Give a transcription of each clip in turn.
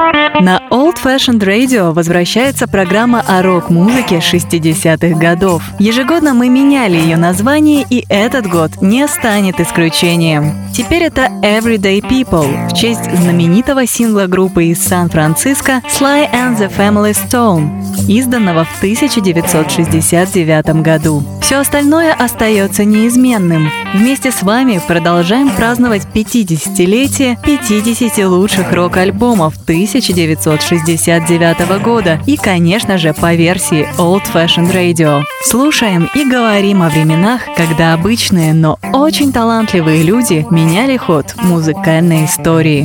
На Old Fashioned Radio возвращается программа о рок-музыке 60-х годов. Ежегодно мы меняли ее название, и этот год не станет исключением. Теперь это Everyday People в честь знаменитого сингла группы из Сан-Франциско Sly and the Family Stone, изданного в 1969 году. Все остальное остается неизменным. Вместе с вами продолжаем праздновать 50-летие 50 лучших рок-альбомов 1969 года и, конечно же, по версии Old Fashioned Radio. Слушаем и говорим о временах, когда обычные, но очень талантливые люди меняли ход музыкальной истории.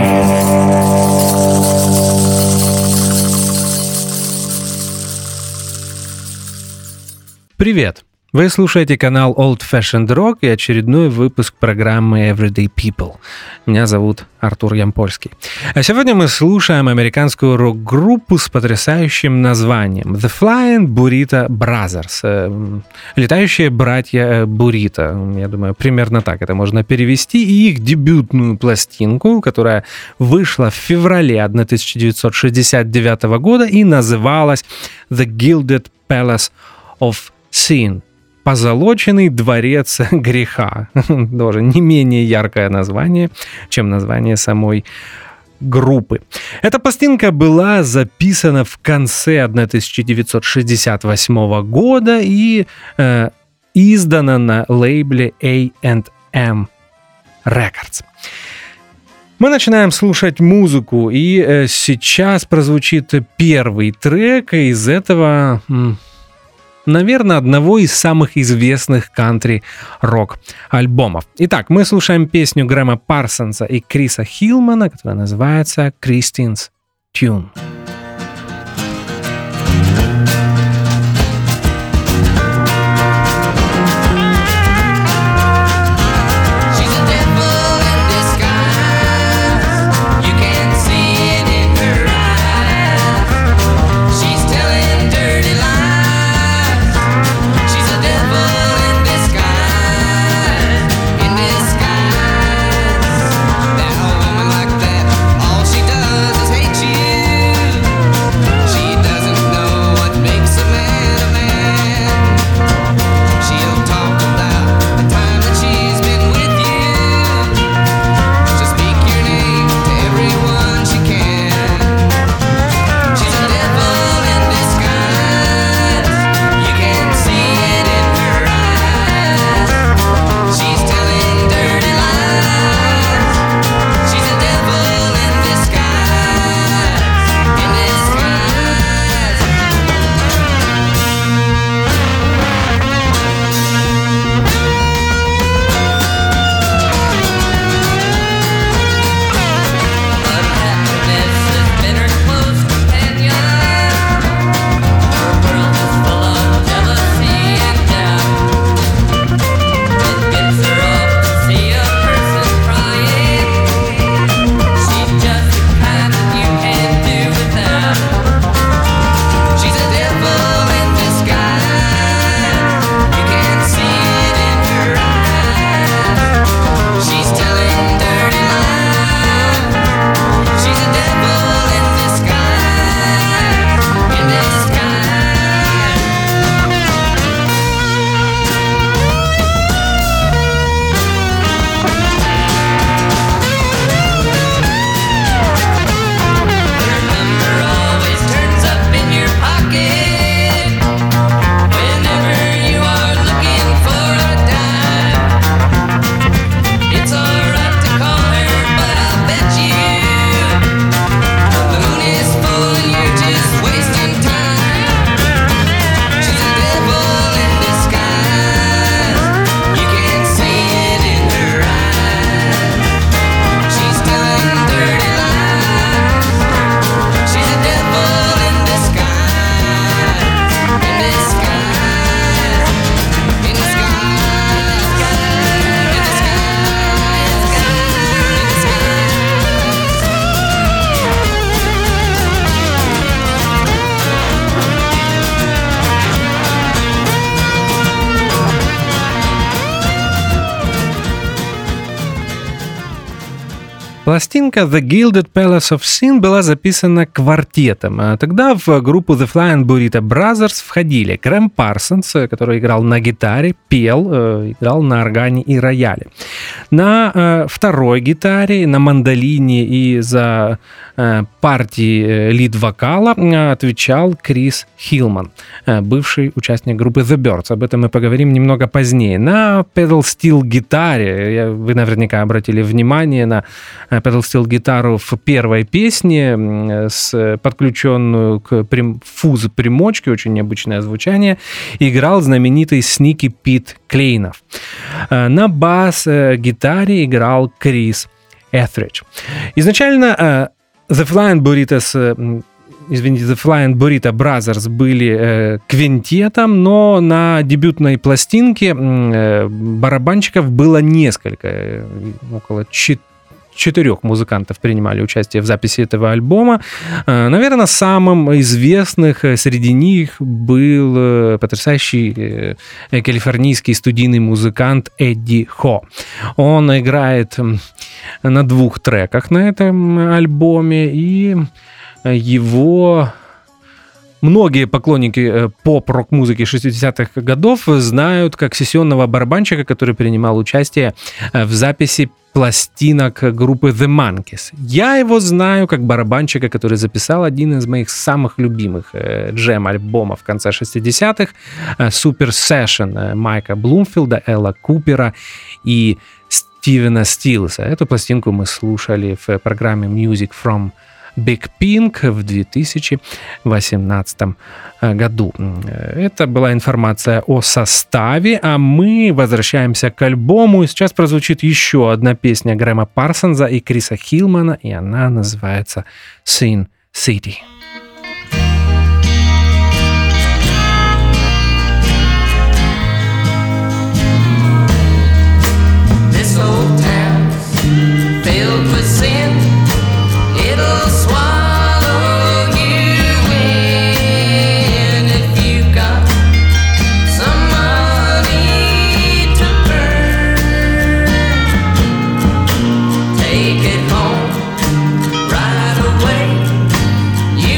Привет! Вы слушаете канал Old Fashioned Rock и очередной выпуск программы Everyday People. Меня зовут Артур Ямпольский. А сегодня мы слушаем американскую рок-группу с потрясающим названием The Flying Burrito Brothers. Летающие братья Буррито. Я думаю, примерно так это можно перевести. И их дебютную пластинку, которая вышла в феврале 1969 года и называлась The Gilded Palace of Sin. Позолоченный дворец греха. Тоже не менее яркое название, чем название самой группы. Эта пластинка была записана в конце 1968 года и издана на лейбле A&M Records. Мы начинаем слушать музыку, и сейчас прозвучит первый трек из этого... наверное, одного из самых известных кантри-рок альбомов. Итак, мы слушаем песню Грэма Парсонса и Криса Хилмана, которая называется «Christine's Tune». That old woman like that, all she does is hate you. Пластинка «The Gilded Palace of Sin» была записана квартетом. Тогда в группу The Flying Burrito Brothers входили Грэм Парсонс, который играл на гитаре, пел, играл на органе и рояле. На второй гитаре, на мандолине и за партии лид-вокала отвечал Крис Хилман, бывший участник группы The Byrds. Об этом мы поговорим немного позднее. На педал-стил-гитаре, вы наверняка обратили внимание на педал-стил-гитару в первой песне, подключенную к фуз-примочке, очень необычное звучание, играл знаменитый Сники Пит Клейнов. На бас-гитаре играл Крис Этридж. Изначально The Flying Burrito Brothers были квинтетом, но на дебютной пластинке барабанщиков было несколько, около 4 музыкантов принимали участие в записи этого альбома. Наверное, самым известных среди них был потрясающий калифорнийский студийный музыкант Эдди Хо. Он играет на 2 треках на этом альбоме, и его многие поклонники поп-рок-музыки 60-х годов знают как сессионного барабанщика, который принимал участие в записи пластинок группы The Monkees. Я его знаю как барабанщика, который записал один из моих самых любимых джем-альбомов в конце 60-х, Super Session Майка Блумфилда, Элла Купера и Стивена Стилса. Эту пластинку мы слушали в программе Music from Big Pink в 2018 году. Это была информация о составе, а мы возвращаемся к альбому. И сейчас прозвучит еще одна песня Грэма Парсонса и Криса Хилмана, и она называется Sin City. Take it home right away.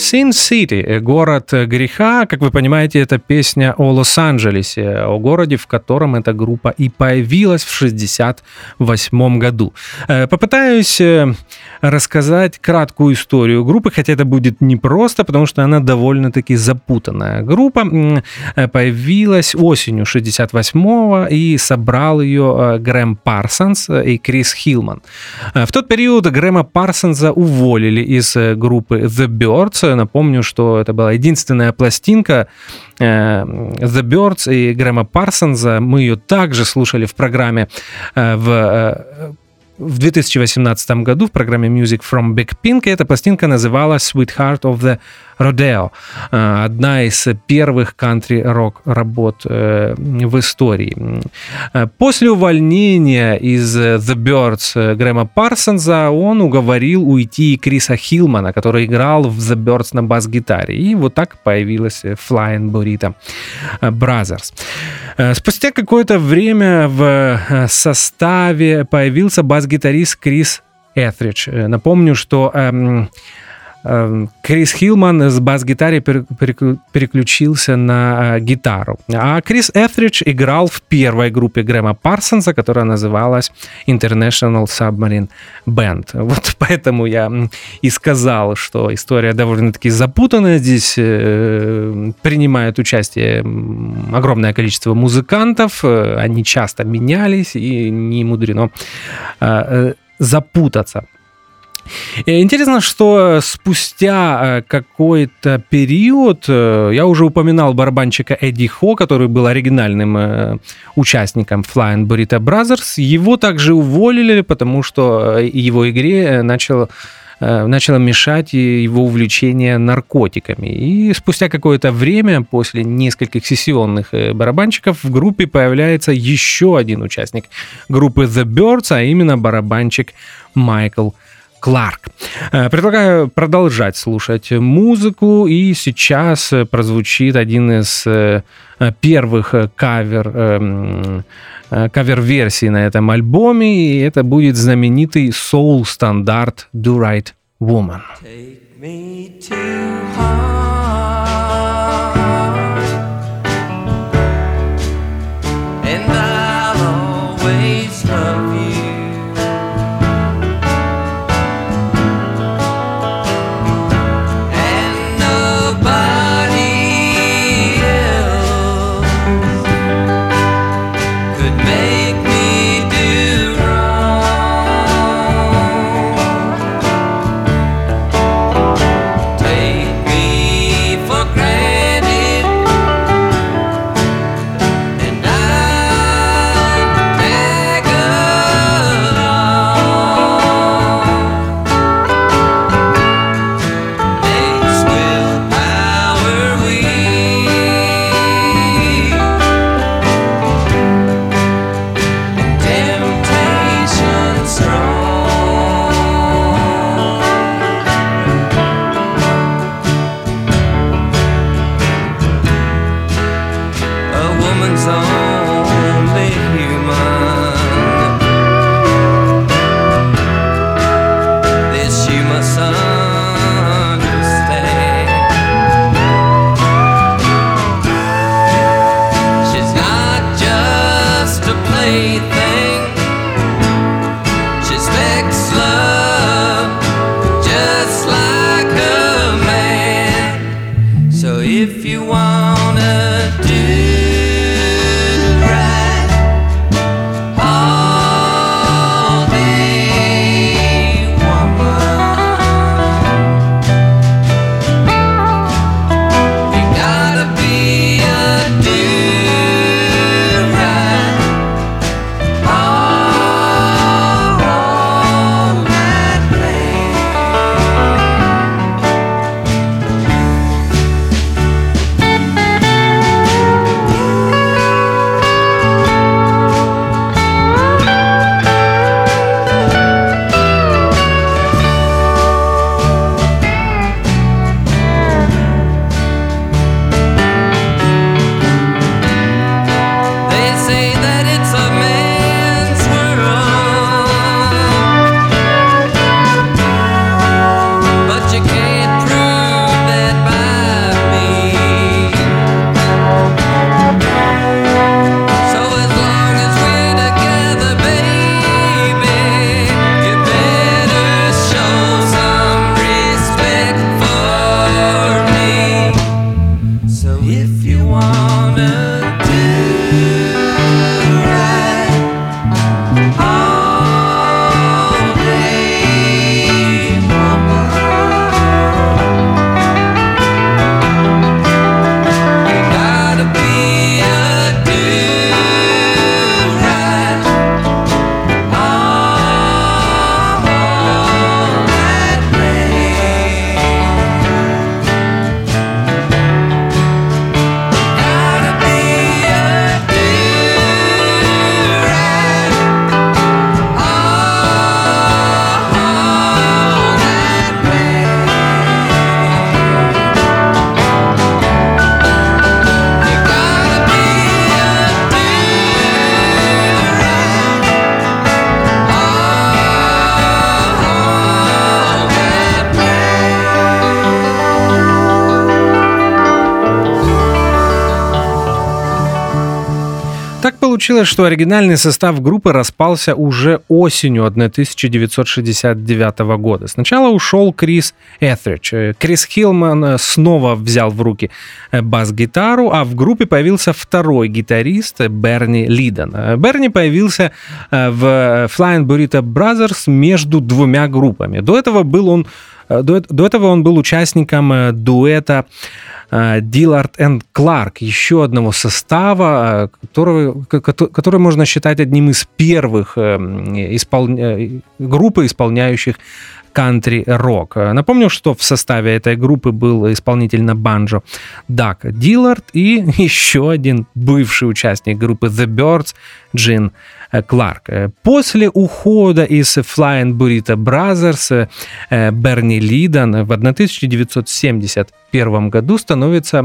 Sin City, город греха, как вы понимаете, это песня о Лос-Анджелесе, о городе, в котором эта группа и появилась в 1968 году. Попытаюсь рассказать краткую историю группы, хотя это будет непросто, потому что она довольно-таки запутанная. Группа появилась осенью 1968-го, и собрал ее Грэм Парсонс и Крис Хилман. В тот период Грэма Парсонса уволили из группы The Byrds. Напомню, что это была единственная пластинка The Byrds и Грэма Парсонса. Мы ее также слушали в программе в 2018 году в программе Music from Big Pink. Эта пластинка называлась Sweetheart of the Rodeo. Одна из первых кантри-рок работ в истории. После увольнения из The Byrds Грэма Парсонса он уговорил уйти Криса Хилмана, который играл в The Byrds на бас-гитаре. И вот так появилась Flying Burrito Brothers. Спустя какое-то время в составе появился бас-гитарист Крис Этридж. Напомню, что Крис Хилман с бас-гитары переключился на гитару. А Крис Этридж играл в первой группе Грэма Парсонса, которая называлась International Submarine Band. Вот поэтому я и сказал, что история довольно-таки запутанная. Здесь принимает участие огромное количество музыкантов. Они часто менялись, и не мудрено запутаться. Интересно, что спустя какой-то период, я уже упоминал барабанщика Эдди Хо, который был оригинальным участником Flying Burrito Brothers, его также уволили, потому что его игре начало мешать его увлечение наркотиками. И спустя какое-то время, после нескольких сессионных барабанщиков, в группе появляется еще один участник группы The Byrds, а именно барабанщик Майкл Кларк. Предлагаю продолжать слушать музыку, и сейчас прозвучит один из первых кавер-версий на этом альбоме, и это будет знаменитый соул-стандарт Do Right Woman. Take me to heart, and I'll always love you. Tiger получилось, что оригинальный состав группы распался уже осенью 1969 года. Сначала ушел Крис Этридж. Крис Хиллман снова взял в руки бас-гитару, а в группе появился второй гитарист Берни Лидон. Берни появился в Flying Burrito Brothers между двумя группами. До этого он был участником дуэта Dillard and Clark, еще одного состава, который можно считать одним из первых группы, исполняющих кантри-рок. Напомню, что в составе этой группы был исполнитель на банджо Дак Диллард и еще один бывший участник группы The Byrds Джин Кларк. После ухода из Flying Burrito Brothers Берни Лидон в 1971 году становится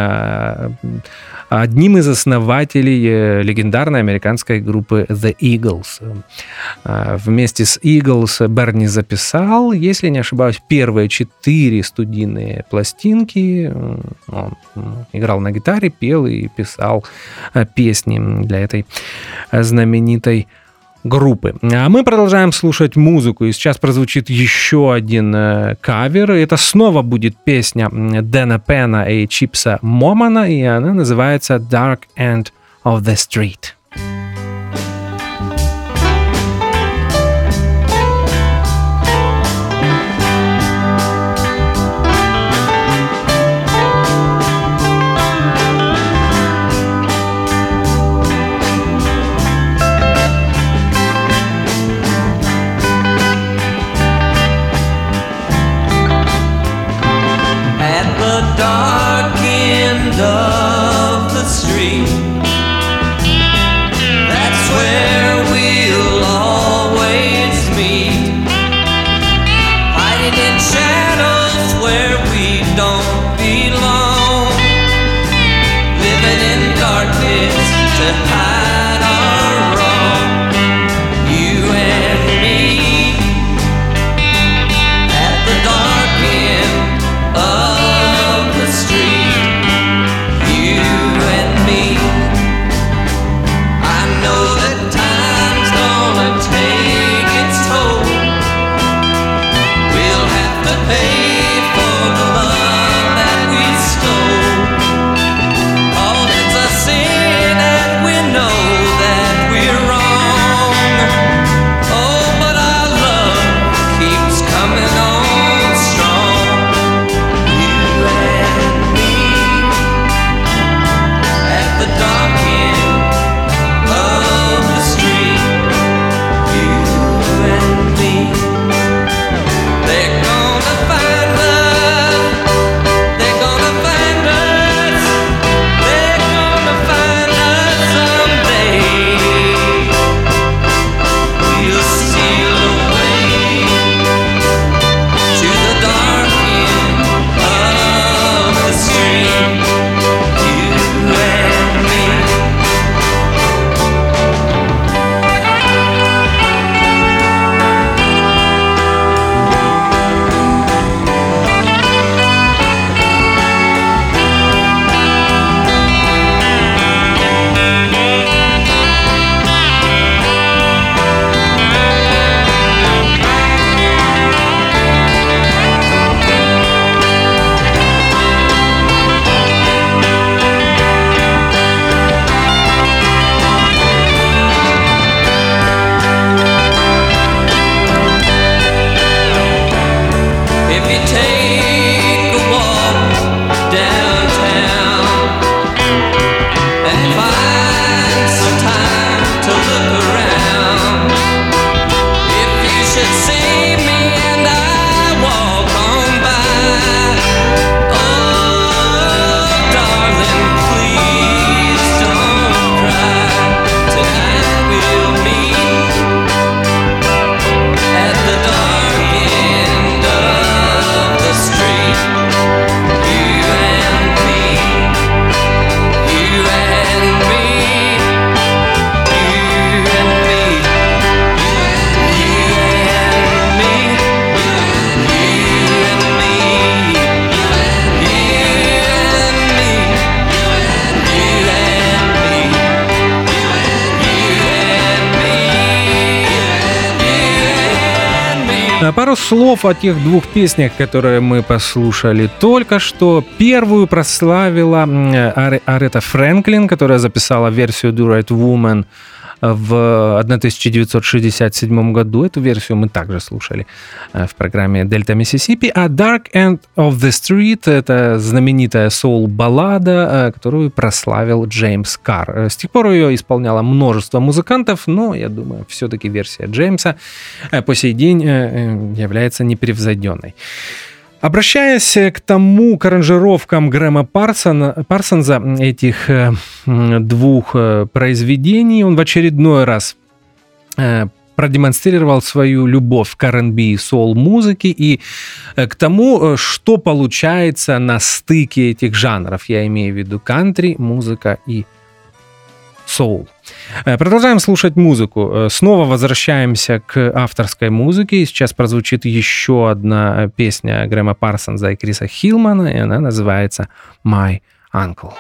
одним из основателей легендарной американской группы The Eagles. Вместе с Eagles Берни записал, если не ошибаюсь, первые 4 студийные пластинки. Он играл на гитаре, пел и писал песни для этой знаменитой группы. А мы продолжаем слушать музыку, и сейчас прозвучит еще один кавер. Это снова будет песня Дэна Пена и Чипса Момана, и она называется Dark End of the Street. Of the street, Пару слов о тех двух песнях, которые мы послушали только что. Первую прославила Арета Фрэнклин, которая записала версию Do Right Woman в 1967 году. Эту версию мы также слушали в программе «Дельта Миссисипи». А «Dark End of the Street» — это знаменитая соул-баллада, которую прославил Джеймс Карр. С тех пор ее исполняло множество музыкантов, но, я думаю, все-таки версия Джеймса по сей день является непревзойденной. Обращаясь к аранжировкам Грэма Парсонса этих двух произведений, он в очередной раз продемонстрировал свою любовь к R&B и соул-музыке и к тому, что получается на стыке этих жанров. Я имею в виду кантри, музыка и соул. Продолжаем слушать музыку. Снова возвращаемся к авторской музыке. И сейчас прозвучит еще одна песня Грэма Парсонса и Криса Хилмана, и она называется «My Uncle».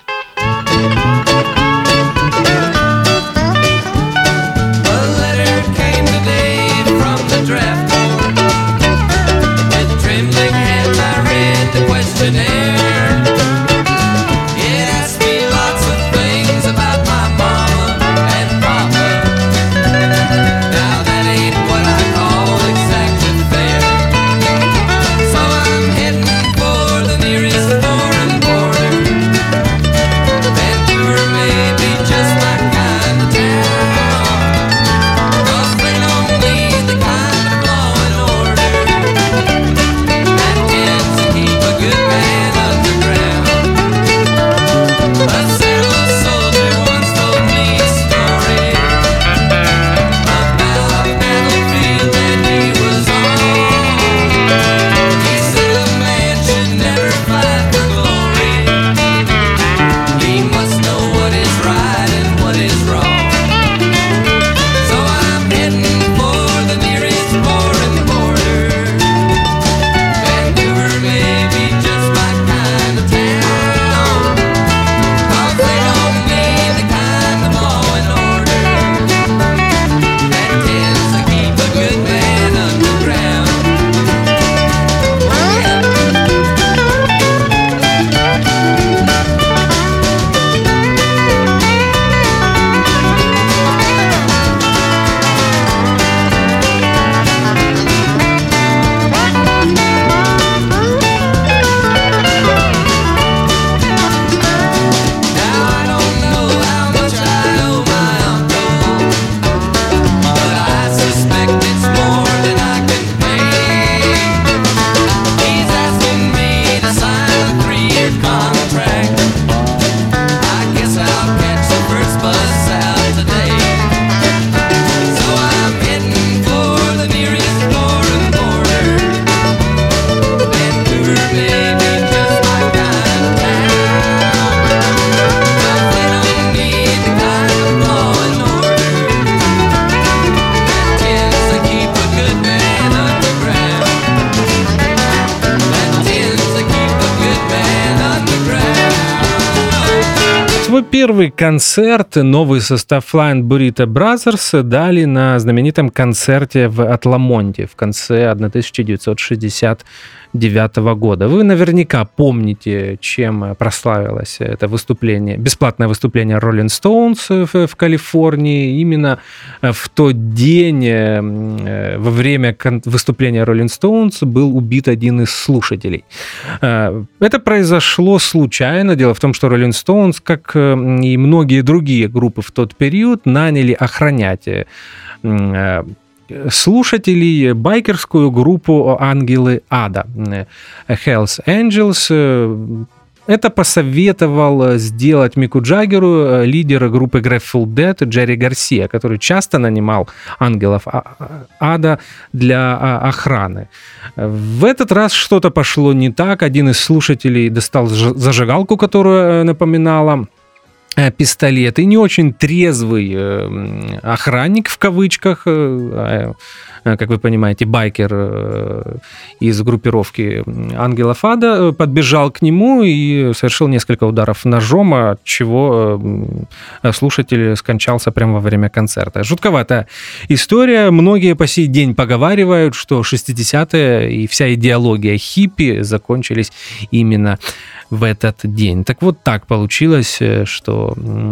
Первый концерт новый состав Flying Burrito Brothers дали на знаменитом концерте в Атламонте в конце 1969 года. Вы наверняка помните, чем прославилось это выступление, бесплатное выступление Rolling Stones в Калифорнии. Именно в тот день, во время выступления Rolling Stones, был убит один из слушателей. Это произошло случайно. Дело в том, что Rolling Stones, как и многие другие группы в тот период, наняли охранять слушателей байкерскую группу «Ангелы Ада» Hells Angels. Это посоветовал сделать Мику Джаггеру лидер группы Grateful Dead Джерри Гарсия, который часто нанимал ангелов ада для охраны. В этот раз что-то пошло не так. Один из слушателей достал зажигалку, которая напоминала пистолет и не очень трезвый охранник, в кавычках, как вы понимаете, байкер из группировки Ангелов Ада подбежал к нему и совершил несколько ударов ножом, от чего слушатель скончался прямо во время концерта. Жутковатая история. Многие по сей день поговаривают, что 60-е и вся идеология хиппи закончились именно в этот день. Так вот так получилось, что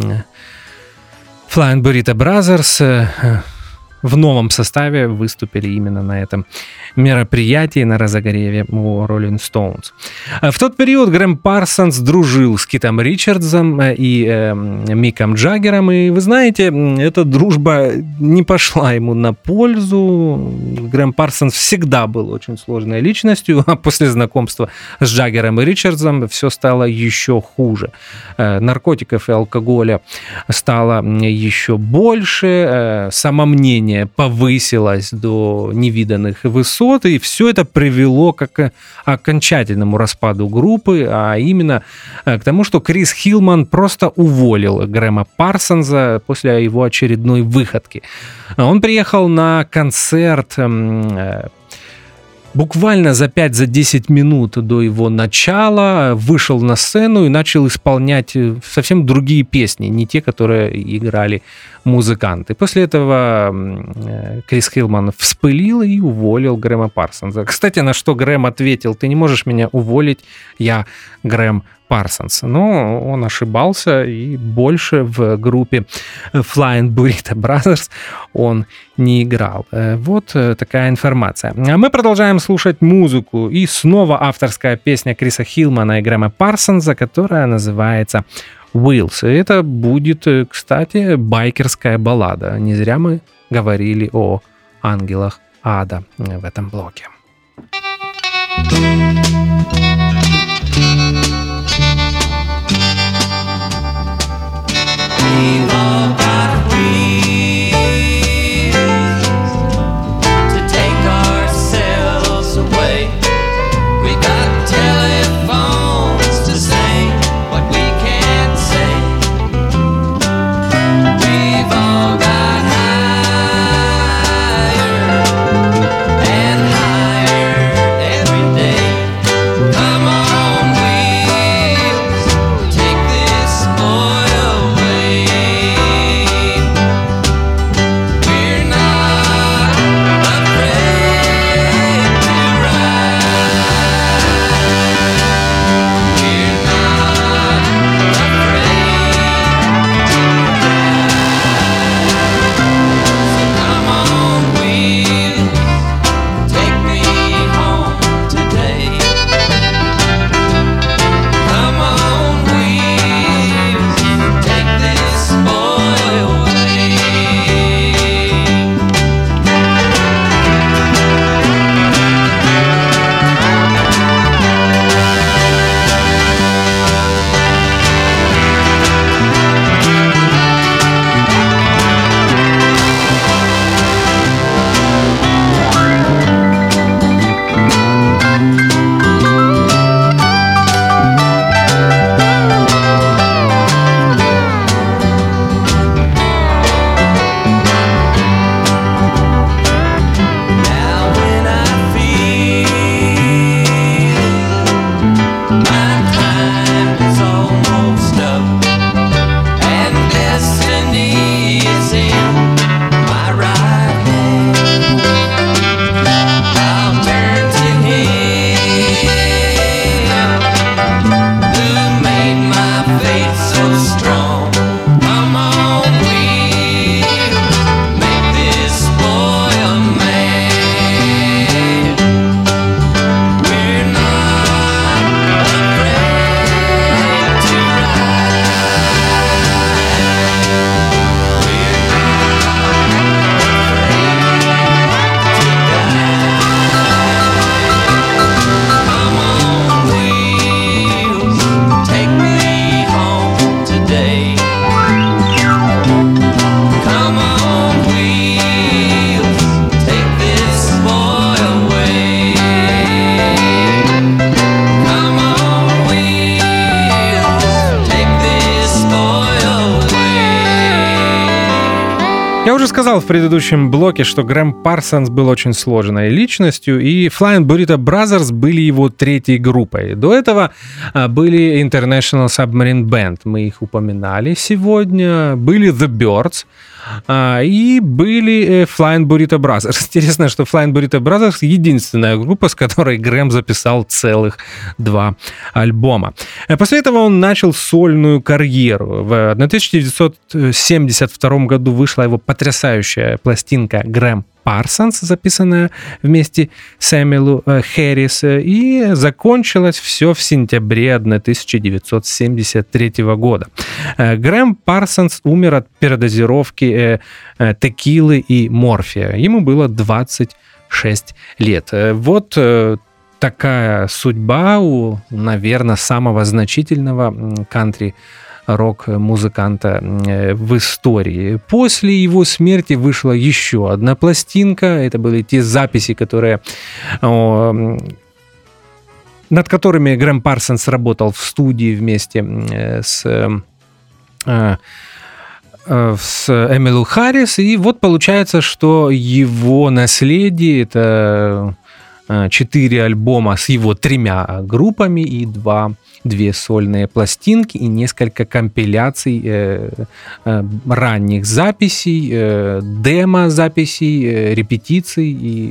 Flying Burrito Brothers в новом составе выступили именно на этом мероприятии на разогреве у Rolling Stones. В тот период Грэм Парсонс дружил с Китом Ричардсом и Миком Джаггером, и вы знаете, эта дружба не пошла ему на пользу. Грэм Парсонс всегда был очень сложной личностью, а после знакомства с Джаггером и Ричардсом все стало еще хуже. Наркотиков и алкоголя стало еще больше, самомнение повысилось до невиданных высот, и все это привело к окончательному распаду группы, а именно к тому, что Крис Хилман просто уволил Грэма Парсонса после его очередной выходки. Он приехал на концерт буквально за 5-10 минут до его начала, вышел на сцену и начал исполнять совсем другие песни, не те, которые играли музыканты. После этого Крис Хилман вспылил и уволил Грэма Парсонса. Кстати, на что Грэм ответил: «Ты не можешь меня уволить, я Грэм Парсонс». Но он ошибался, и больше в группе Flying Burrito Brothers он не играл. Вот такая информация. А мы продолжаем слушать музыку. И снова авторская песня Криса Хилмана и Грэма Парсонса, которая называется «Wheels». И это будет, кстати, байкерская баллада. Не зря мы говорили о ангелах ада в этом блоке. We've all got wheels to take ourselves away. We got telephones to say what we can't say. We've all got higher and higher every day. Come on, wheels, take this boy away. сказал в предыдущем блоке, что Грэм Парсонс был очень сложной личностью, и Flying Burrito Brothers были его третьей группой. До этого были International Submarine Band, мы их упоминали сегодня, были The Byrds, и были Flying Burrito Brothers. Интересно, что Flying Burrito Brothers единственная группа, с которой Грэм записал целых 2 альбома. После этого он начал сольную карьеру. В 1972 году вышла его потрясающая пластинка «Грэм Парсонс», записанная вместе с Эмилу Хэррис, и закончилось все в сентябре 1973 года. Грэм Парсонс умер от передозировки текилы и морфия. Ему было 26 лет. Вот такая судьба у, наверное, самого значительного кантри-рок-музыканта в истории. После его смерти вышла еще одна пластинка. Это были те записи, которые, над которыми Грэм Парсонс работал в студии вместе с Эмилу Харрис. И вот получается, что его наследие — это 4 альбома с его 3 группами и 2 сольные пластинки и несколько компиляций ранних записей, демо-записей, репетиций и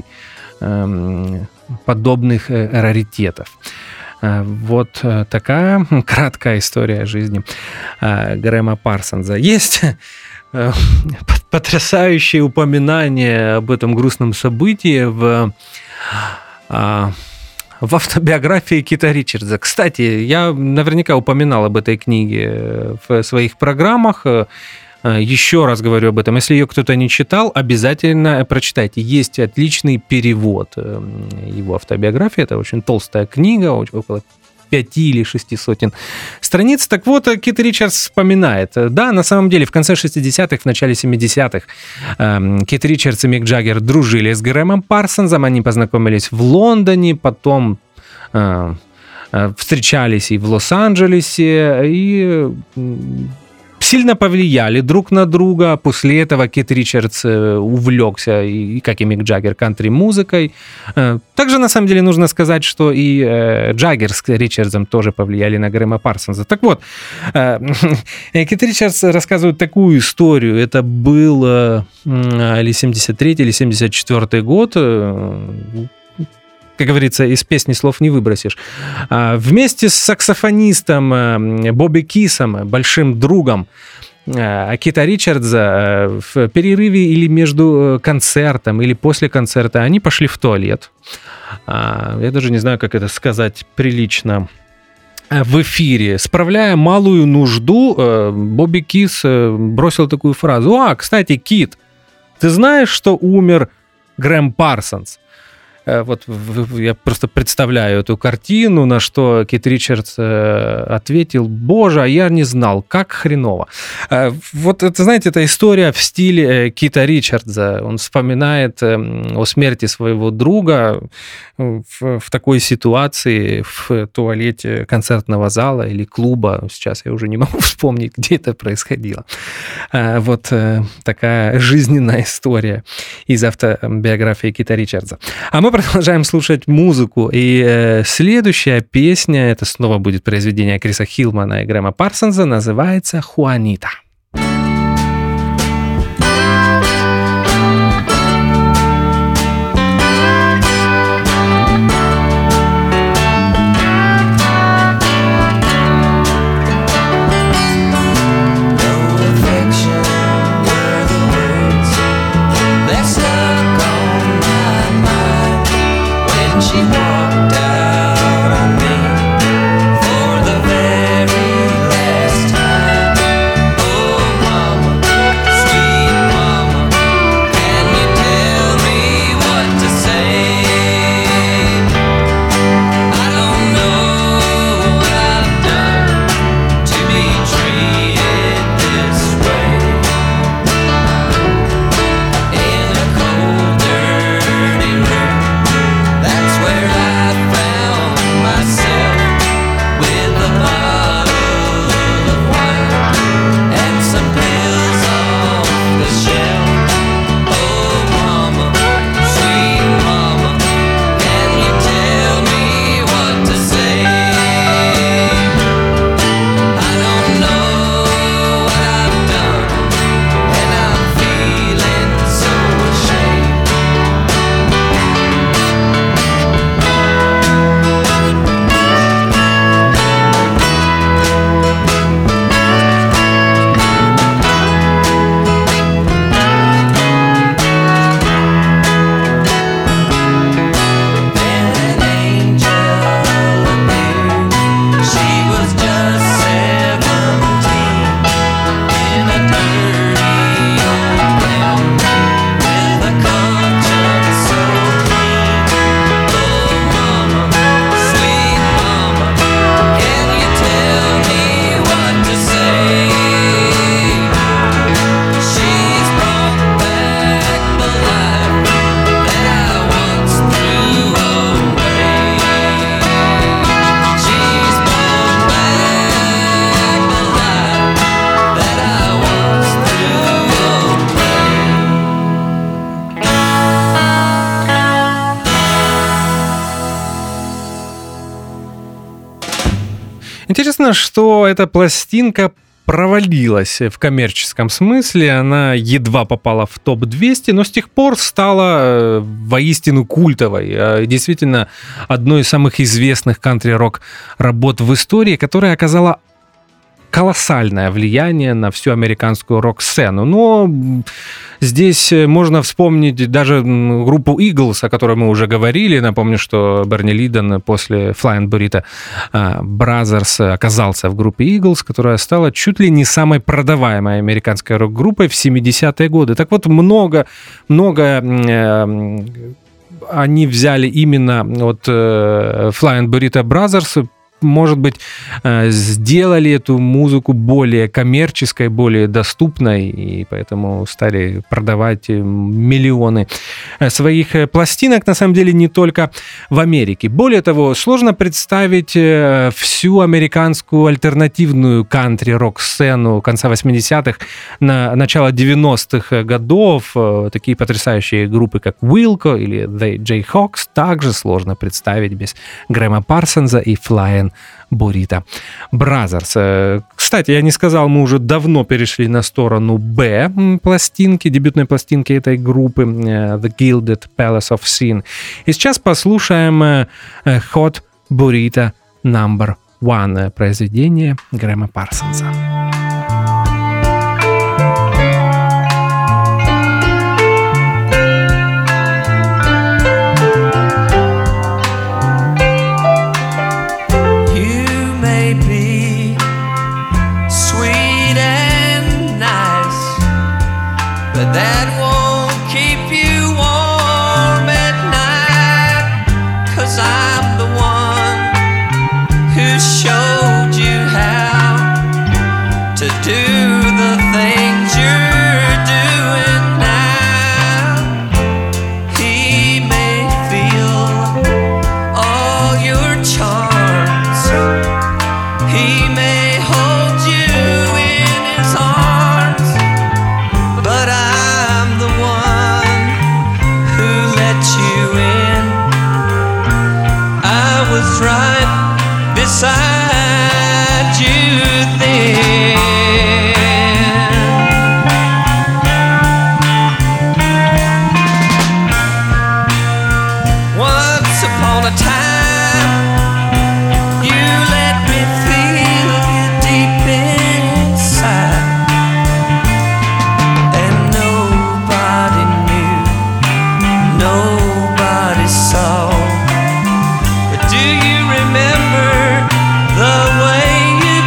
подобных раритетов. Вот такая краткая история жизни Грэма Парсонса. Есть потрясающее упоминание об этом грустном событии в автобиографии Кита Ричардса. Кстати, я наверняка упоминал об этой книге в своих программах. Еще раз говорю об этом. Если ее кто-то не читал, обязательно прочитайте. Есть отличный перевод его автобиографии. Это очень толстая книга, около 5 или 6 сотен страниц. Так вот, Кит Ричардс вспоминает. Да, на самом деле, в конце 60-х, в начале 70-х Кит Ричардс и Мик Джаггер дружили с Грэмом Парсонсом. Они познакомились в Лондоне, потом встречались и в Лос-Анджелесе, и сильно повлияли друг на друга. После этого Кит Ричардс увлекся, и как и Мик Джаггер, кантри-музыкой. Также, на самом деле, нужно сказать, что и Джаггер с Ричардсом тоже повлияли на Грэма Парсонса. Так вот, Кит Ричардс рассказывает такую историю. Это был или 73-й, или 74-й год. Как говорится, из песни слов не выбросишь. Вместе с саксофонистом Бобби Кисом, большим другом Кита Ричардса, в перерыве или между концертом, или после концерта они пошли в туалет. Я даже не знаю, как это сказать прилично в эфире. Справляя малую нужду, Бобби Кис бросил такую фразу: кстати, Кит, ты знаешь, что умер Грэм Парсонс? Вот я просто представляю эту картину, на что Кит Ричардс ответил: «Боже, а я не знал, как хреново». Вот это, знаете, это история в стиле Кита Ричардса. Он вспоминает о смерти своего друга в такой ситуации в туалете концертного зала или клуба. Сейчас я уже не могу вспомнить, где это происходило. Вот такая жизненная история из автобиографии Кита Ричардса. А мы продолжаем слушать музыку, и следующая песня, это снова будет произведение Криса Хилмана и Грэма Парсонса, называется «Хуанита». For the very last time, oh Интересно, что эта пластинка провалилась в коммерческом смысле, она едва попала в топ-200, но с тех пор стала воистину культовой, действительно одной из самых известных кантри-рок работ в истории, которая оказала колоссальное влияние на всю американскую рок-сцену. Но здесь можно вспомнить даже группу Eagles, о которой мы уже говорили. Напомню, что Берни Лидон после Flying Burrito Brothers оказался в группе Eagles, которая стала чуть ли не самой продаваемой американской рок-группой в 70-е годы. Так вот, много они взяли именно от Flying Burrito Brothers, может быть, сделали эту музыку более коммерческой, более доступной, и поэтому стали продавать миллионы своих пластинок, на самом деле, не только в Америке. Более того, сложно представить всю американскую альтернативную кантри-рок-сцену конца 80-х, начала 90-х годов. Такие потрясающие группы, как Wilco или The Jayhawks, также сложно представить без Грэма Парсонса и Flying Burrito Brothers. Кстати, я не сказал, мы уже давно перешли на сторону Б пластинки, дебютной пластинки этой группы The Gilded Palace of Sin. И сейчас послушаем Hot Burrito No. 1, произведение Грэма Парсонса. That won't keep you warm at night, 'cause I'm the one who showed you how to do the things you're doing now. He may feel all your charms, he may hold you in his arms, but I'm the one who let you in. I was right beside you then. Once upon a time, you let me feel you deep inside, and nobody knew, nobody saw. But do you remember the way you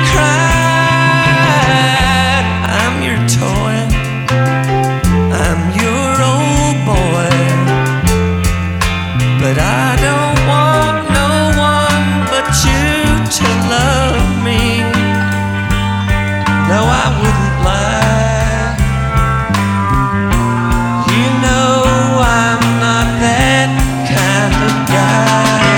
cried? I'm your toy, I'm your old boy, but I don't want no one but you to love me. No, I wouldn't lie. You know I'm not that kind of guy.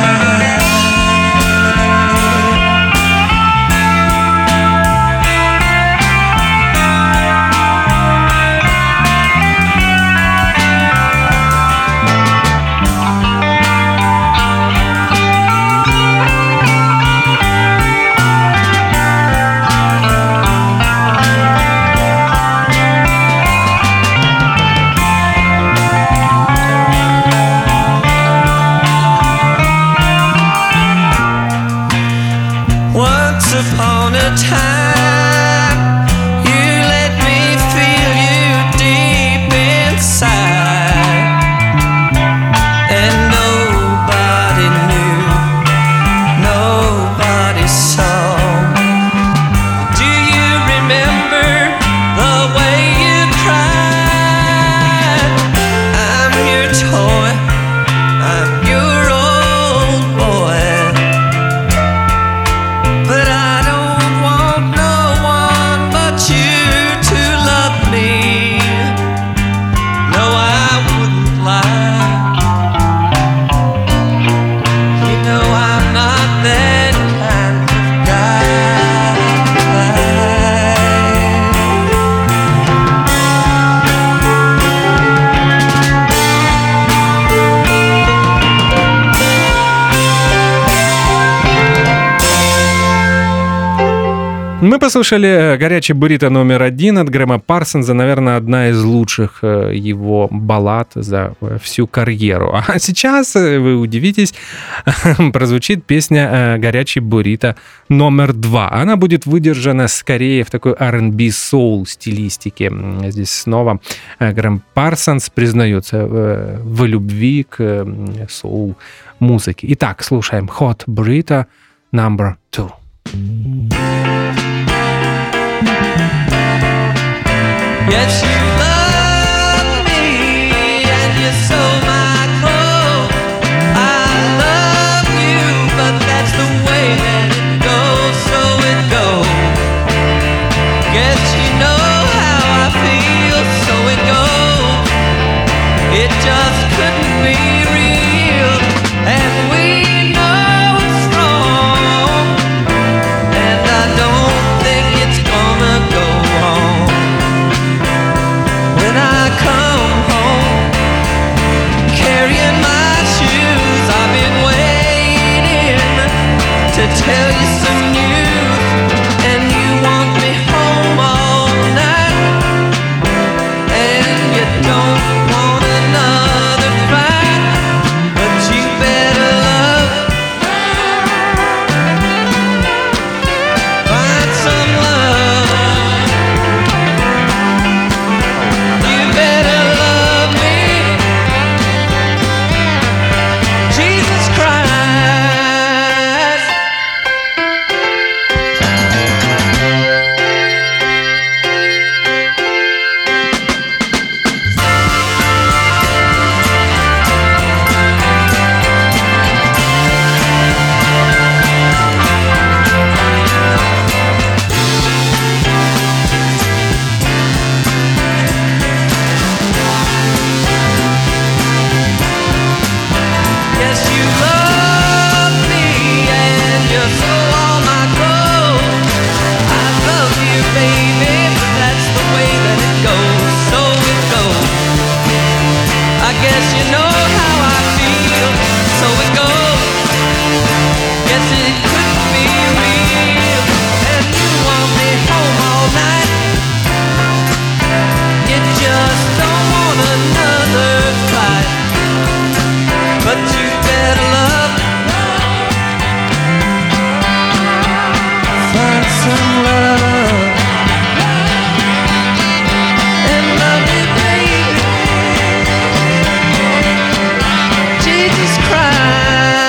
Once upon a time, you let me feel you deep inside, and nobody knew, nobody saw. Do you remember the way you cried? I'm your toy, I'm your old boy, but I don't want no one but you to love me. No, I wouldn't lie. You know I'm not that kind of guy. Мы послушали «Горячий буррито» номер 1 от Грэма Парсонса, наверное, одна из лучших его баллад за всю карьеру. А сейчас, вы удивитесь, прозвучит песня «Горячий буррито» номер 2. Она будет выдержана скорее в такой R&B соул стилистике. Здесь снова Грэм Парсонс признается в любви к соул музыке. Итак, слушаем «Hot Burrito number 2». Yes, you love me and you sew my clothes. I love you, but that's the way that it goes, so it goes. Guess you know how I feel, so it goes. It just couldn't be real, and we know it's wrong, and I don't think it's gonna go wrong. When I come home, carrying my shoes, I've been waiting to tell you some news, and you want me home all night, and you don't want another fight, but you better love, find some love. You better love me, Jesus Christ. Yes, you love me and you sew all my clothes. I love you, baby, but that's the way that it goes, so it goes. I guess you know how I feel, so it goes. Guess it couldn't be real, and you want me home all night. You just don't want another fight, but you better love, find some love, and love me, baby, Jesus Christ.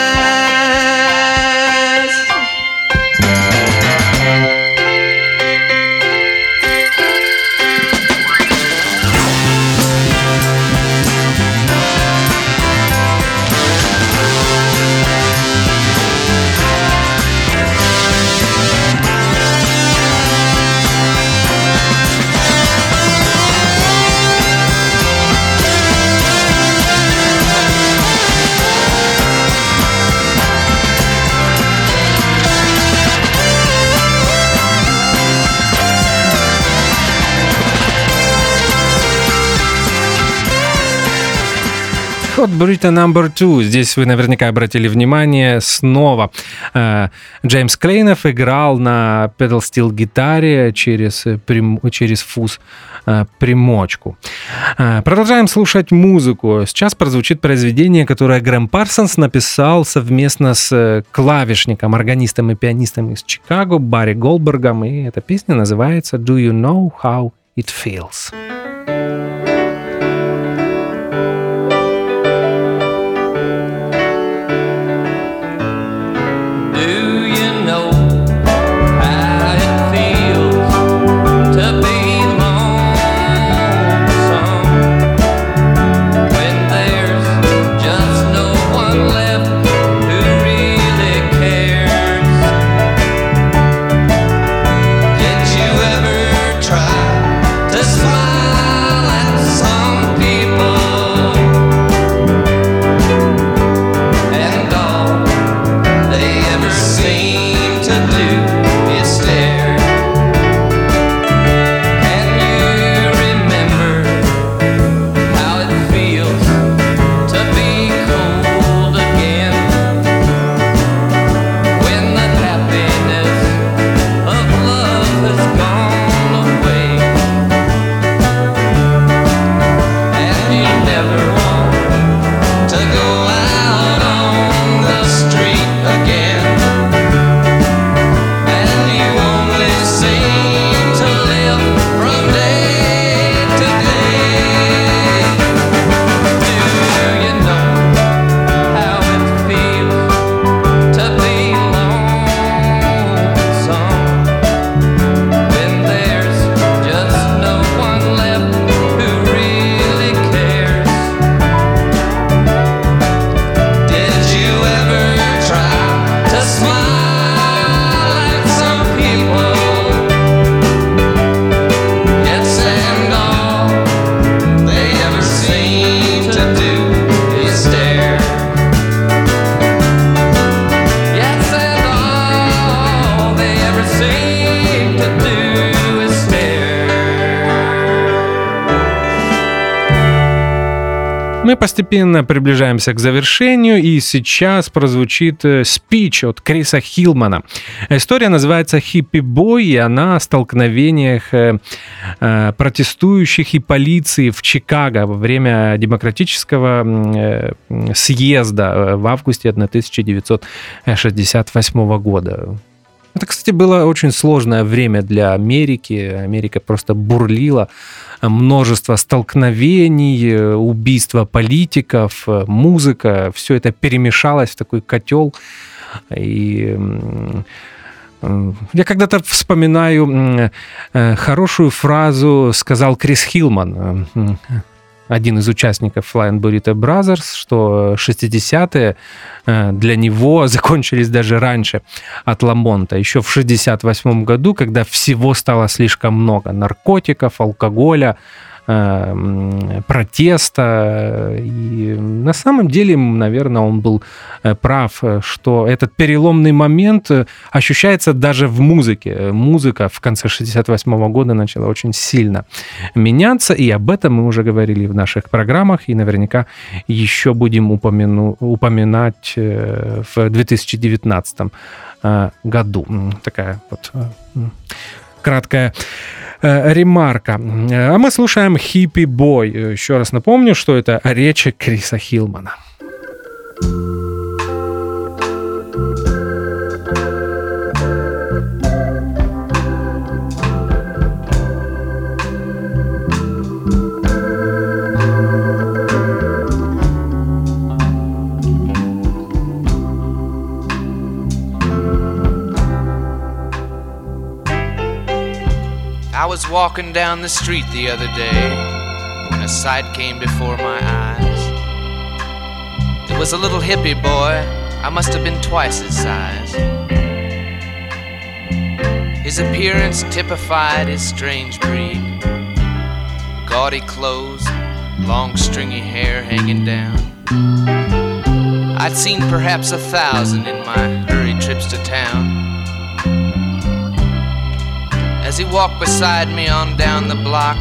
Hot Burrito number 2. Здесь вы наверняка обратили внимание, снова Джеймс Клейнов играл на pedal-steel гитаре через фуз примочку. Продолжаем слушать музыку. Сейчас прозвучит произведение, которое Грэм Парсонс написал совместно с клавишником, органистом и пианистом из Чикаго Барри Голдбергом, и эта песня называется «Do You Know How It Feels?». Do you know how it feels to be lonesome when there's just no one left who really cares? Did you ever try to smile постепенно приближаемся к завершению, и сейчас прозвучит спич от Криса Хилмана. История называется «Hippie Boy», и она о столкновениях протестующих и полиции в Чикаго во время демократического съезда в августе 1968 года. Это, кстати, было очень сложное время для Америки. Америка просто бурлила. Множество столкновений, убийства политиков, музыка. Все это перемешалось в такой котел. И я когда-то вспоминаю хорошую фразу, сказал Крис Хилман, один из участников Flying Burrito Brothers, что 60-е для него закончились даже раньше от Ламонта. Еще в 68 году, когда всего стало слишком много. Наркотиков, алкоголя, протеста. И на самом деле, наверное, он был прав, что этот переломный момент ощущается даже в музыке. Музыка в конце 68 года начала очень сильно меняться, и об этом мы уже говорили в наших программах, и наверняка еще будем упоминать в 2019 году. Такая вот краткая ремарка. А мы слушаем «Hippie Boy». Еще раз напомню, что это речь Криса Хилмана. I was walking down the street the other day when a sight came before my eyes. It was a little hippie boy, I must have been twice his size. His appearance typified his strange breed. Gaudy clothes, long stringy hair hanging down. I'd seen perhaps 1,000 in my hurried trips to town. As he walked beside me on down the block,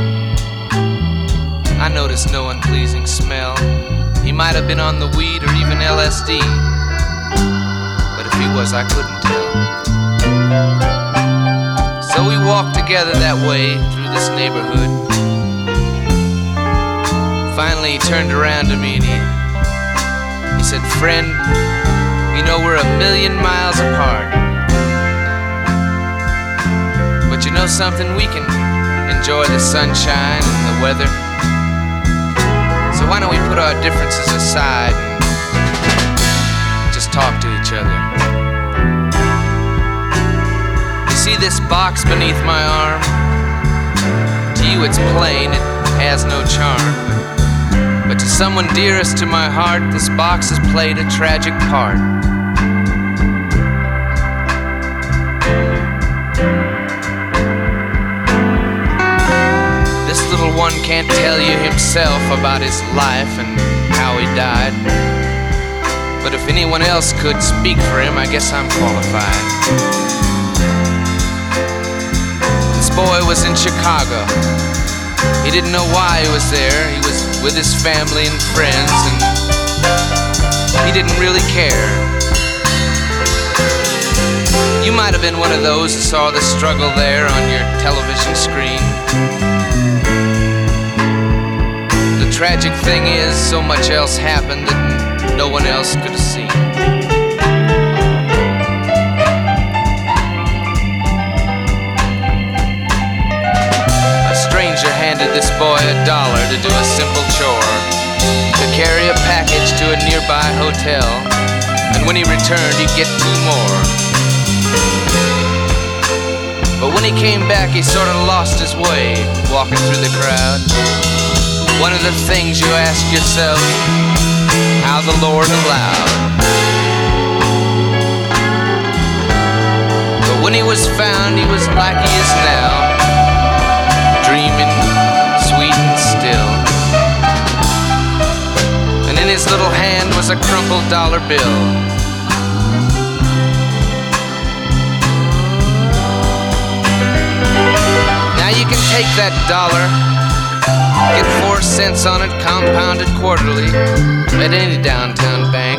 I noticed no unpleasing smell. He might have been on the weed or even LSD, but if he was, I couldn't tell. So we walked together that way through this neighborhood. Finally he turned around to me and he said, "Friend, you know we're 1,000,000 miles apart. But you know something, we can enjoy the sunshine and the weather. So why don't we put our differences aside and just talk to each other?" You see this box beneath my arm? To you it's plain, it has no charm. But to someone dearest to my heart, this box has played a tragic part. Little one can't tell you himself about his life and how he died. But if anyone else could speak for him, I guess I'm qualified. This boy was in Chicago. He didn't know why he was there. He was with his family and friends, and he didn't really care. You might have been one of those who saw the struggle there on your television screen. The tragic thing is, so much else happened that no one else could have seen. A stranger handed this boy $1 to do a simple chore, to carry a package to a nearby hotel, and when he returned he'd get 2 more. But when he came back he sort of lost his way, walking through the crowd. One of the things you ask yourself, how the Lord allowed. But when he was found, he was like he is now, dreaming, sweet and still. And in his little hand was a crumpled $1 bill. Now you can take that $1, get 4 cents on it, compounded quarterly at any downtown bank,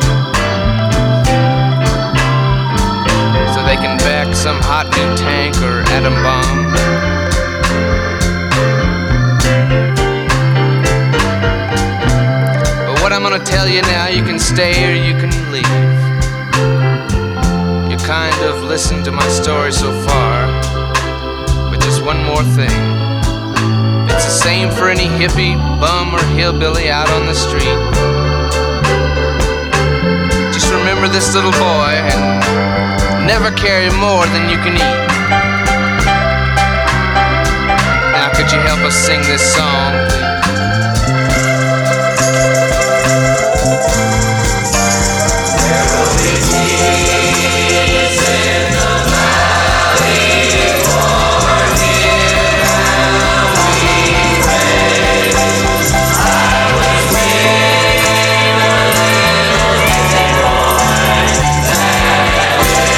so they can back some hot new tank or atom bomb. But what I'm gonna tell you now, you can stay or you can leave. You kind of listened to my story so far, but just one more thing. It's the same for any hippie, bum, or hillbilly out on the street. Just remember this little boy and never carry more than you can eat. Now could you help us sing this song, please? There will be peace in the valley, for here am we raised. I was in a little boy that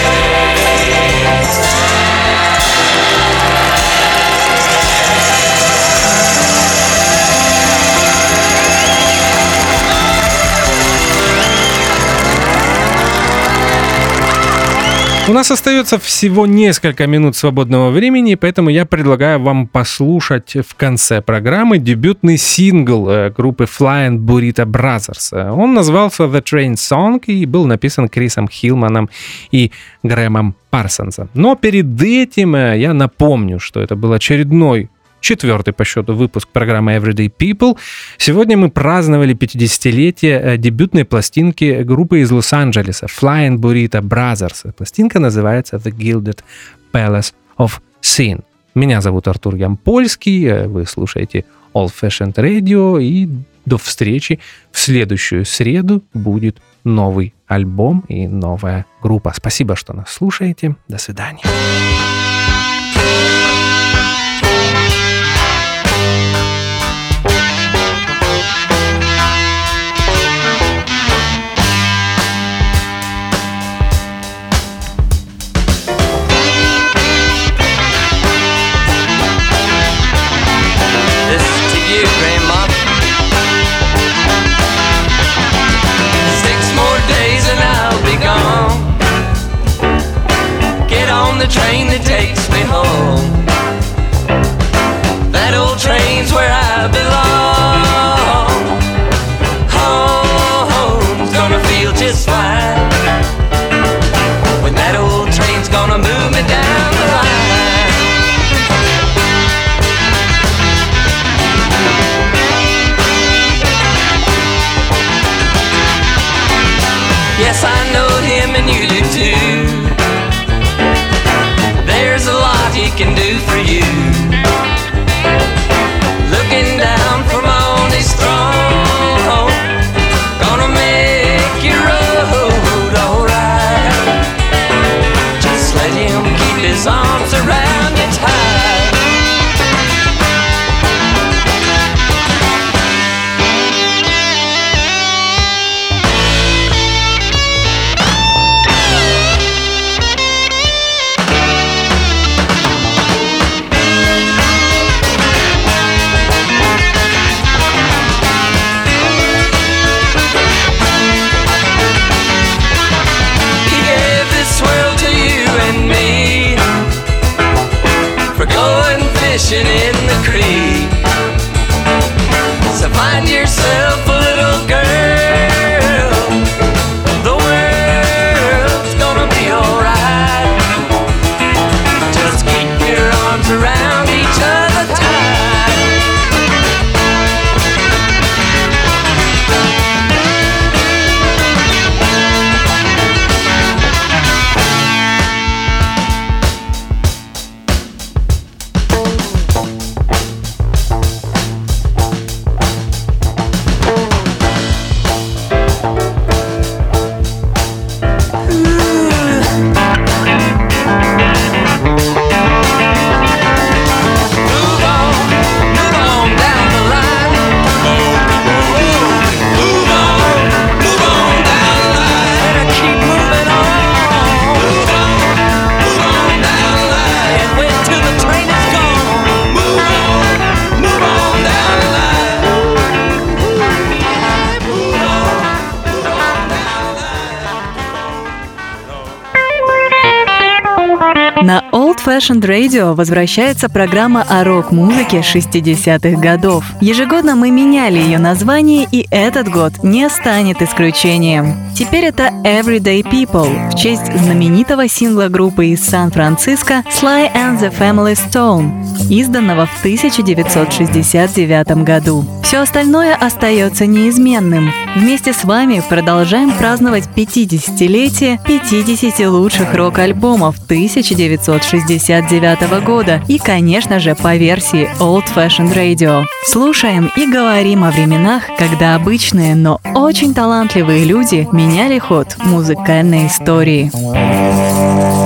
У нас остается всего несколько минут свободного времени, поэтому я предлагаю вам послушать в конце программы дебютный сингл группы Flying Burrito Brothers. Он назывался The Train Song и был написан Крисом Хилманом и Грэмом Парсонсом. Но перед этим я напомню, что это был очередной 4-й по счету выпуск программы Everyday People. Сегодня мы праздновали 50-летие дебютной пластинки группы из Лос-Анджелеса Flying Burrito Brothers. Пластинка называется The Gilded Palace of Sin. Меня зовут Артур Ямпольский, вы слушаете Old Fashioned Radio, и до встречи в следующую среду будет новый альбом и новая группа. Спасибо, что нас слушаете. До свидания. The train that takes me home. That old train's where I belong. Home's gonna feel just fine when that old train's gonna move me down the line. Yes, I know him and you do too. There's a lot he can do for you. Looking down from on his throne, gonna make your road alright. Just let him keep his arms around you tight. Fishing in the creek, so find yourself a little girl. The world's gonna be alright. Just keep your arms around each other tight. Fashioned Radio возвращается программа о рок-музыке 60-х годов. Ежегодно мы меняли ее название, и этот год не станет исключением. Теперь это Everyday People в честь знаменитого сингла группы из Сан-Франциско Sly and the Family Stone, изданного в 1969 году. Все остальное остается неизменным. Вместе с вами продолжаем праздновать 50-летие 50 лучших рок-альбомов 1969 года и, конечно же, по версии Old Fashioned Radio. Слушаем и говорим о временах, когда обычные, но очень талантливые люди меняли ход музыкальной истории.